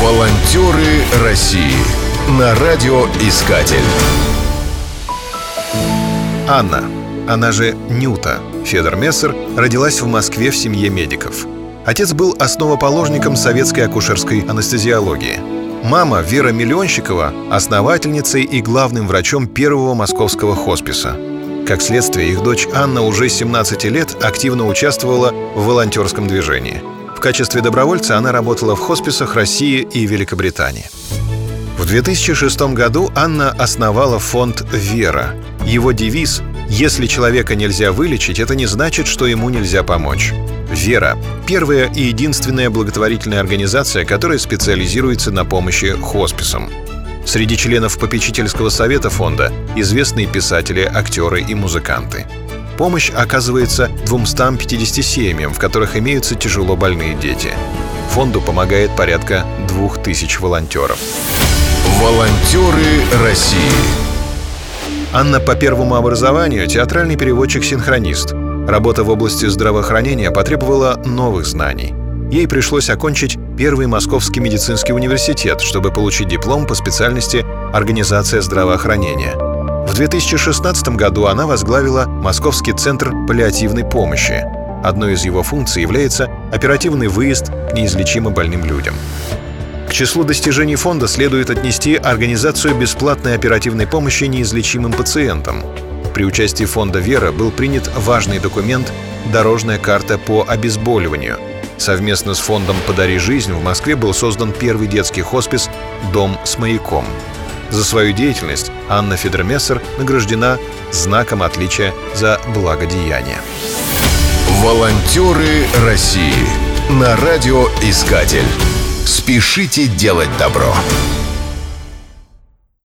Волонтеры России на радиоискатель. Анна, она же Нюта, Федор Мессер, родилась в Москве в семье медиков. Отец был основоположником советской акушерской анестезиологии. Мама Вера Миллионщикова – основательницей и главным врачом первого московского хосписа. Как следствие, их дочь Анна уже с 17 лет активно участвовала в волонтерском движении. В качестве добровольца она работала в хосписах России и Великобритании. В 2006 году Анна основала фонд «Вера». Его девиз «Если человека нельзя вылечить, это не значит, что ему нельзя помочь». «Вера» — первая и единственная благотворительная организация, которая специализируется на помощи хосписам. Среди членов попечительского совета фонда известные писатели, актеры и музыканты. Помощь оказывается 250 семьям, в которых имеются тяжело больные дети. Фонду помогает порядка 2000 волонтеров. Волонтеры России. Анна по первому образованию театральный переводчик-синхронист. Работа в области здравоохранения потребовала новых знаний. Ей пришлось окончить Первый Московский медицинский университет, чтобы получить диплом по специальности «Организация здравоохранения». В 2016 году она возглавила Московский центр паллиативной помощи. Одной из его функций является оперативный выезд к неизлечимо больным людям. К числу достижений фонда следует отнести организацию бесплатной оперативной помощи неизлечимым пациентам. При участии фонда «Вера» был принят важный документ «Дорожная карта по обезболиванию». Совместно с фондом «Подари жизнь» в Москве был создан первый детский хоспис «Дом с маяком». За свою деятельность Анна Федор Мессер награждена знаком отличия за благодеяние. Волонтеры России на радиоискатель. Спешите делать добро.